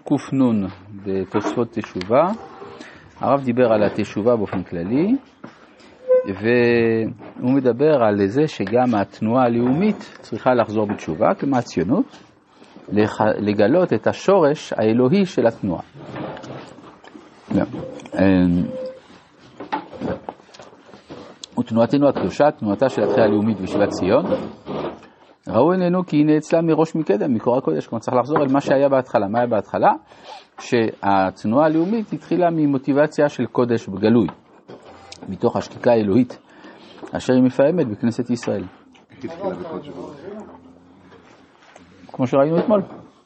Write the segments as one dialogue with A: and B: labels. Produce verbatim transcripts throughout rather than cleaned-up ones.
A: קופנון בתוספות תשובה. הרב דיבר על התשובה באופן כללי, והוא מדבר על זה שגם התנועה הלאומית צריכה לחזור בתשובה, כמו הציונות, לגלות את השורש האלוהי של התנועה. ותנועתנו הקדושה, תנועתה של התחייה הלאומית ושיבת ציון, ראו עינינו כי הנה אצלה מראש מקדם, מקור הקודש. כמו צריך לחזור אל מה שהיה בהתחלה. מה היה בהתחלה? שהתנועה הלאומית התחילה ממוטיבציה של קודש בגלוי, מתוך השקיקה האלוהית, אשר היא מפעמת בכנסת ישראל.
B: איך התחילה בקודש ברוך?
A: כמו שראינו אתמול.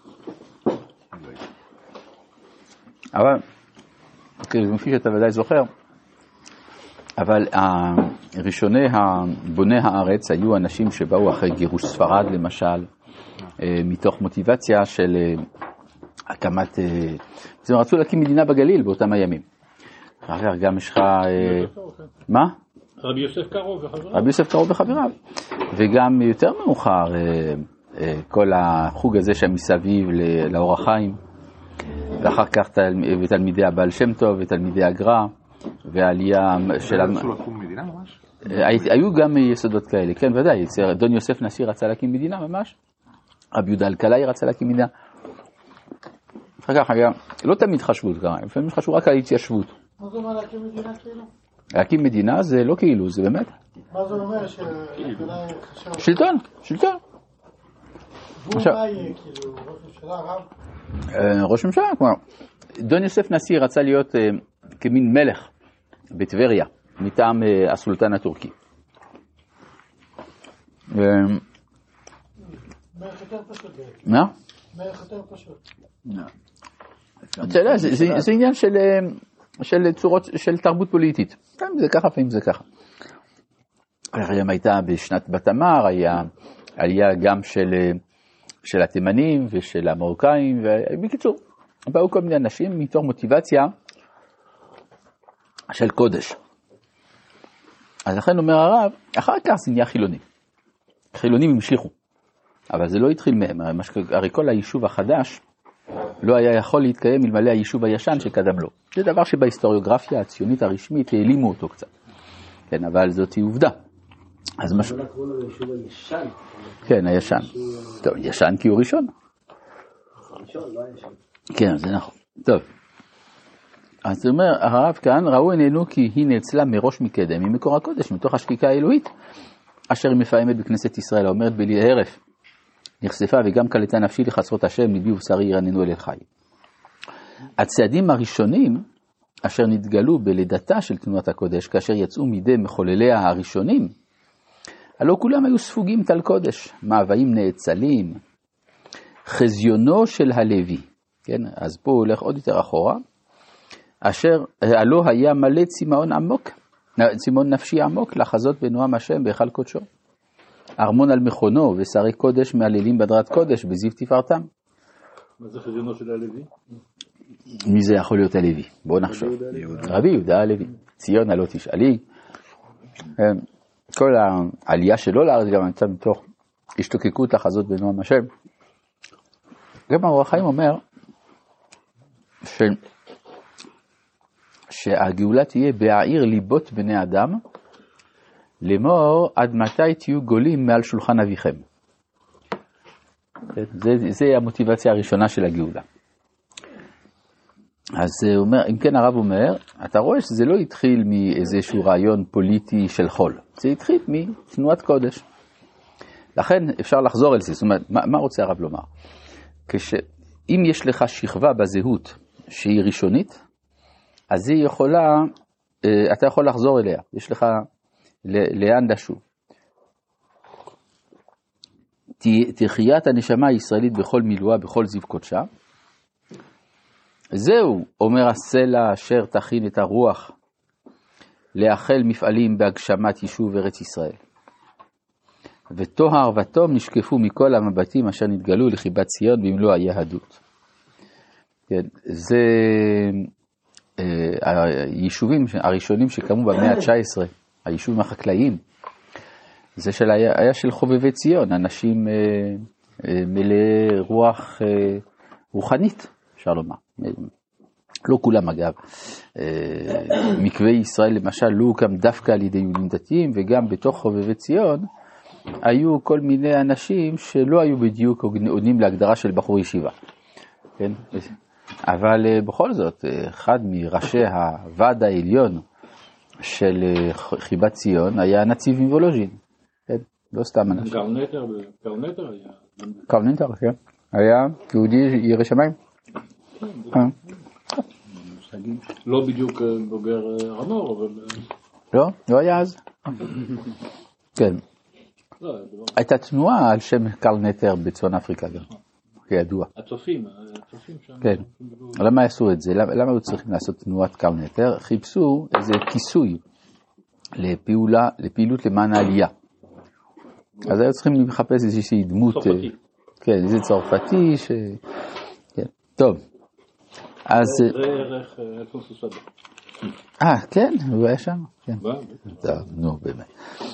A: אבל, כפי שאתה ודאי זוכר, אבל ראשוני בוני הארץ היו אנשים שבאו אחרי גירוש ספרד למשל, מתוך מוטיבציה של הקמת, הם רצו להקים מדינה בגליל באותם הימים. אחר כך גם יש לך, מה?
C: רבי יוסף קרוב וחבריו.
A: רבי יוסף קרוב וחבריו. וגם יותר מאוחר, כל החוג הזה שמסביב לאור החיים, ואחר כך תלמידי הבעל שם טוב ותלמידי הגר"א, והעלייה של...
B: רצו לקום מדינה ממש?
A: היו גם יסודות כאלה, כן ודאי. דון יוסף נשיא רצה להקים מדינה ממש, רבי יהודה אלקלעי רצה להקים מדינה. אחר כך היה, לא תמיד חשבות ככה, לפעמים חשבו רק על התיישבות.
D: מה זה אומר להקים מדינה כאילו?
A: להקים מדינה זה לא כאילו, זה באמת.
D: מה זה אומר ש...
A: שלטון, שלטון.
D: והוא מה יהיה כאילו, ראש ממשלה, רב?
A: ראש ממשלה, כלומר, דון יוסף נשיא רצה להיות כמין מלך בטבריה, מטעם הסולטן הטורקי.
D: מלך יותר פשוט.
A: מה?
D: מלך יותר פשוט.
A: זה עניין של צורות, של תרבות פוליטית. פעמים זה ככה, פעמים זה ככה. גם הייתה בשנת בתמר, היה עלייה גם של התימנים ושל המרוקאים, ובקיצור, באו כל מיני אנשים מתוך מוטיבציה של קודש. אז לכן אומר הרב, אחר כך זה נהיה חילוני. חילונים המשיכו, אבל זה לא התחיל מהם. הרי כל היישוב החדש לא היה יכול להתקיים אלמלא היישוב הישן שקדם לו. זה דבר שבהיסטוריוגרפיה הציונית הרשמית העלימו אותו קצת. כן, אבל זאת היא עובדה. אז מה...
E: אבל לקרוא לו היישוב הישן.
A: כן, הישן. טוב, ישן כי הוא ראשון.
E: ראשון, לא הישן.
A: כן, זה נכון. טוב. אז הוא אומר, הרב כאן, ראו עינינו כי היא נאצלה מראש מקדם, ממקור הקודש, מתוך השקיקה האלוהית, אשר היא מפעמת בכנסת ישראל, האומרת בלי הרף, נחשפה וגם קלטה נפשי לחסרות השם, ליבי ובשרי ירננו אל חי. הצעדים הראשונים, אשר נתגלו בלידתה של תנועת הקודש, כאשר יצאו מידי מחולליה הראשונים, הלא כולם היו ספוגים תל קודש, מאוויים נאצלים, חזיונו של הלוי, כן? אז פה הוא הולך עוד יותר אחורה, אשר הלא היה מלא צימאון עמוק, צימאון נפשי עמוק, לחזות בנועם השם בהיכל קודשו. ארמון על מכונו ושרי קודש מעללים בדרת קודש בזיו תפארתם.
C: מה זה חזיונו של הלוי?
A: מי זה יכול להיות הלוי? בואו נחשוב. רבי יהודה הלוי, ציון הלא תשאלי. כל העלייה שלו לארץ גם הייתה מתוך השתוקקות לחזות בנועם השם. גם האור החיים אומר ש... שהגאולה תהיה בהעיר ליבות בני אדם, לאמור עד מתי תהיו גולים מעל שולחן אביכם. זה, זה המוטיבציה הראשונה של הגאולה. אז אומר, אם כן הרב אומר, אתה רואה שזה לא התחיל מאיזשהו רעיון פוליטי של חול, זה התחיל מתנועת קודש. לכן אפשר לחזור אל זה. זאת אומרת, מה, מה רוצה הרב לומר? כשאם יש לך שכבה בזהות שהיא ראשונית, אז היא יכולה, אתה יכול לחזור אליה, יש לך לאן לשוב. תחיית הנשמה הישראלית בכל מילואה, בכל זיו קודשה, זהו, אומר הסלע אשר תכין את הרוח, לאחל מפעלים בהגשמת יישוב ארץ ישראל. וטוהר ותום נשקפו מכל המבטים אשר נתגלו לחיבת ציון במלוא היהדות. כן, זה... היישובים הראשונים שקמו במאה ה-תשע עשרה, היישובים החקלאיים, זה של, היה של חובבי ציון, אנשים מלא רוח רוחנית, אפשר לומר. לא כולם אגב. מקווי ישראל למשל לא הוקם דווקא על ידי יהודים דתיים, וגם בתוך חובבי ציון היו כל מיני אנשים שלא היו בדיוק עונים להגדרה של בחור ישיבה. כן? אבל בכל זאת, אחד מראשי הוועד העליון של חיבת ציון היה נציב מוולוז'ין. כן? לא סתם אנשים.
C: קרנטר, קרנטר היה.
A: קרנטר, כן. היה יהודי ירא שמיים.
C: לא בדיוק בוגר רמור, אבל...
A: לא, לא היה אז. כן. הייתה תנועה על שם קרנטר בצפון אפריקה גם. כידוע.
C: הצופים, הצופים שם.
A: כן. למה עשו את זה? למה היו צריכים לעשות תנועת קרנטר? חיפשו איזה כיסוי לפעולה, לפעילות למען העלייה. אז היו צריכים לחפש איזושהי דמות.
C: צרפתי.
A: כן, איזה צרפתי ש... כן. טוב. אז...
C: זה ערך אלפונסו סבא.
A: אה, כן, הוא היה שם. כן. טוב, נו, באמת.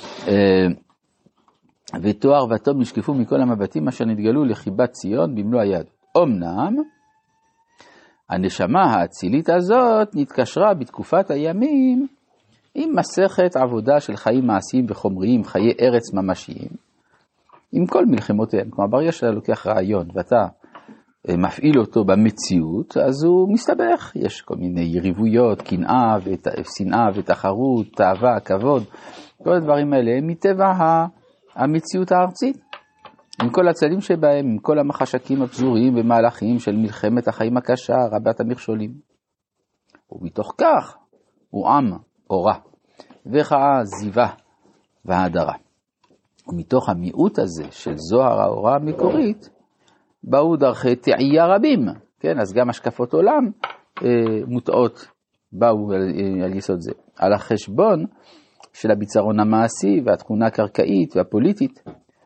A: ותואר ותום נשקפו מכל המבטים אשר נתגלו לחיבת ציון במלוא היד. אמנם, הנשמה האצילית הזאת נתקשרה בתקופת הימים עם מסכת עבודה של חיים מעשיים וחומריים, חיי ארץ ממשיים, עם כל מלחמותיהם. כלומר, ברגע שאתה לוקח רעיון ואתה מפעיל אותו במציאות, אז הוא מסתבך. יש כל מיני יריבויות, קנאה, שנאה ותחרות, תאווה, כבוד. כל הדברים האלה הם מטבע המציאות הארצית. עם כל הצעדים שבהם, עם כל המחשקים הפזורים ומהלכים של מלחמת החיים הקשה, רבת המכשולים. ומתוך כך הוא עם אורה, וכאה זיווה והדרה. ומתוך המיעוט הזה של זוהר האורה המקורית, באו דרכי תעייה רבים, כן, אז גם השקפות עולם אה, מוטעות באו על, על יסוד זה, על החשבון של הביצרון המעשי והתכונה הקרקעית והפוליטית.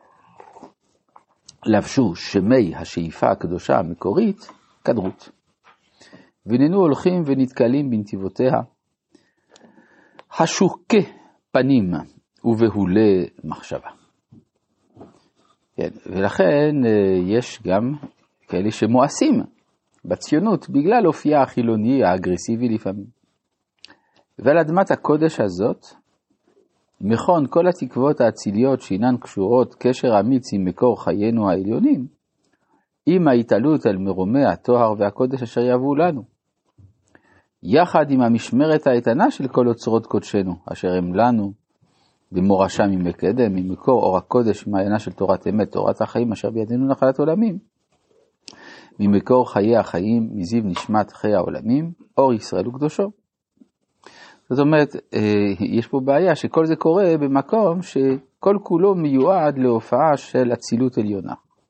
A: לבשו שמי השאיפה הקדושה המקורית קדרות, וננו הולכים ונתקלים בנתיבותיה השוקה פנים ובהולי מחשבה. כן, ולכן יש גם כאלה שמואסים בציונות בגלל אופייה החילוני האגרסיבי לפעמים. ועל אדמת הקודש הזאת, מכון כל התקוות האציליות שאינן קשורות קשר אמיץ עם מקור חיינו העליונים, עם ההתעלות על מרומי התואר והקודש אשר יבואו לנו, יחד עם המשמרת האיתנה של כל אוצרות קודשנו, אשר הם לנו, במורשה ממקדם, ממקור אור הקודש, מעיינה של תורת אמת, תורת החיים אשר בידינו נחלת עולמים, ממקור חיי החיים, מזיו נשמת חיי העולמים, אור ישראל וקדושו. זאת אומרת, יש פה בעיה שכל זה קורה במקום שכל כולו מיועד להופעה של אצילות עליונה.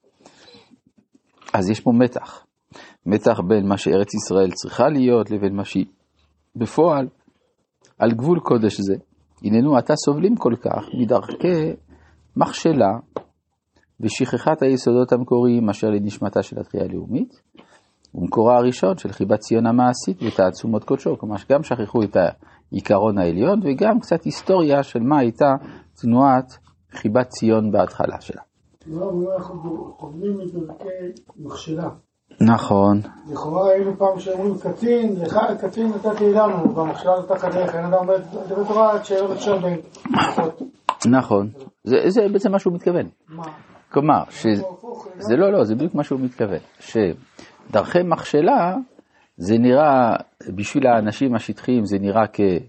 A: אז יש פה מתח, מתח בין מה שארץ ישראל צריכה להיות לבין מה שהיא בפועל, על גבול קודש זה. הננו עתה סובלים כל כך מדרכי מכשלה ושכחת היסודות המקוריים אשר לנשמתה של התחייה הלאומית, ומקורה הראשון של חיבת ציון המעשית ותעצומות קודשו, כלומר שגם שכחו את העיקרון העליון וגם קצת היסטוריה של מה הייתה תנועת חיבת ציון בהתחלה שלה.
D: לא, אנחנו חובלים מדרכי מכשלה.
A: נכון.
D: לכאורה היינו פעם שאומרים קצין, לך קצין נתתי לנו, במכשלה הזאת כדרך, אין אדם עומד דברי תורה, כשאין אפשר בין פחות.
A: נכון, זה, זה בעצם מה שהוא מתכוון.
D: מה?
A: כלומר, זה לא, לא, זה בדיוק מה שהוא מתכוון. שדרכי מכשלה, זה נראה, בשביל האנשים השטחיים זה נראה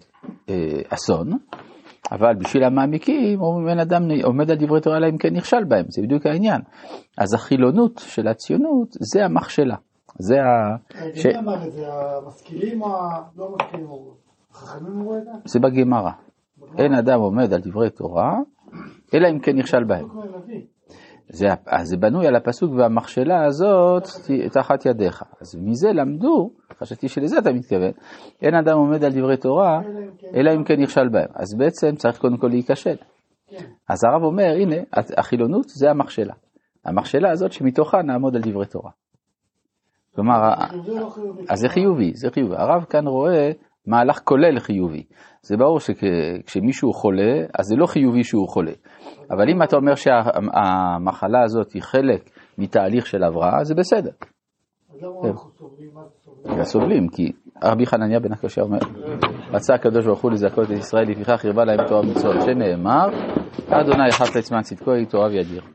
A: כאסון, אבל בשביל המעמיקים, אומרים אדם עומד על דברי תורה, אלא אם כן נכשל בהם, זה בדיוק העניין. אז החילונות של הציונות, זה המכשלה. זה ה...
D: מי אמר את זה? המשכילים או לא המשכילים? החכמים אמרו את זה?
A: זה בגמרא. אין אדם עומד על דברי תורה, אלא אם כן נכשל בהם. זה, זה בנוי על הפסוק והמכשלה הזאת תחת ידיך. אז מזה למדו, חשבתי שלזה אתה מתכוון, אין אדם עומד על דברי תורה, אלא אם כן נכשל בהם. אז בעצם צריך קודם כל להיכשל. אז הרב אומר, הנה, החילונות זה המכשלה. המכשלה הזאת שמתוכה נעמוד על דברי תורה. כלומר, אז זה חיובי, זה חיובי. הרב כאן רואה מהלך כולל חיובי. זה ברור שכשמישהו חולה, אז זה לא חיובי שהוא חולה. אבל אם אתה אומר שהמחלה הזאת היא חלק מתהליך של הבראה, זה בסדר.
D: אז למה אנחנו סובלים? מה זה סובלים?
A: סובלים, כי רבי חנניה בן עקשיא אומר, רצה הקדוש ברוך הוא לזכות את ישראל, לפיכך הרבה להם תורה ומצוות, שנאמר, אדוני חפץ מען צדקו, תורה וידיר.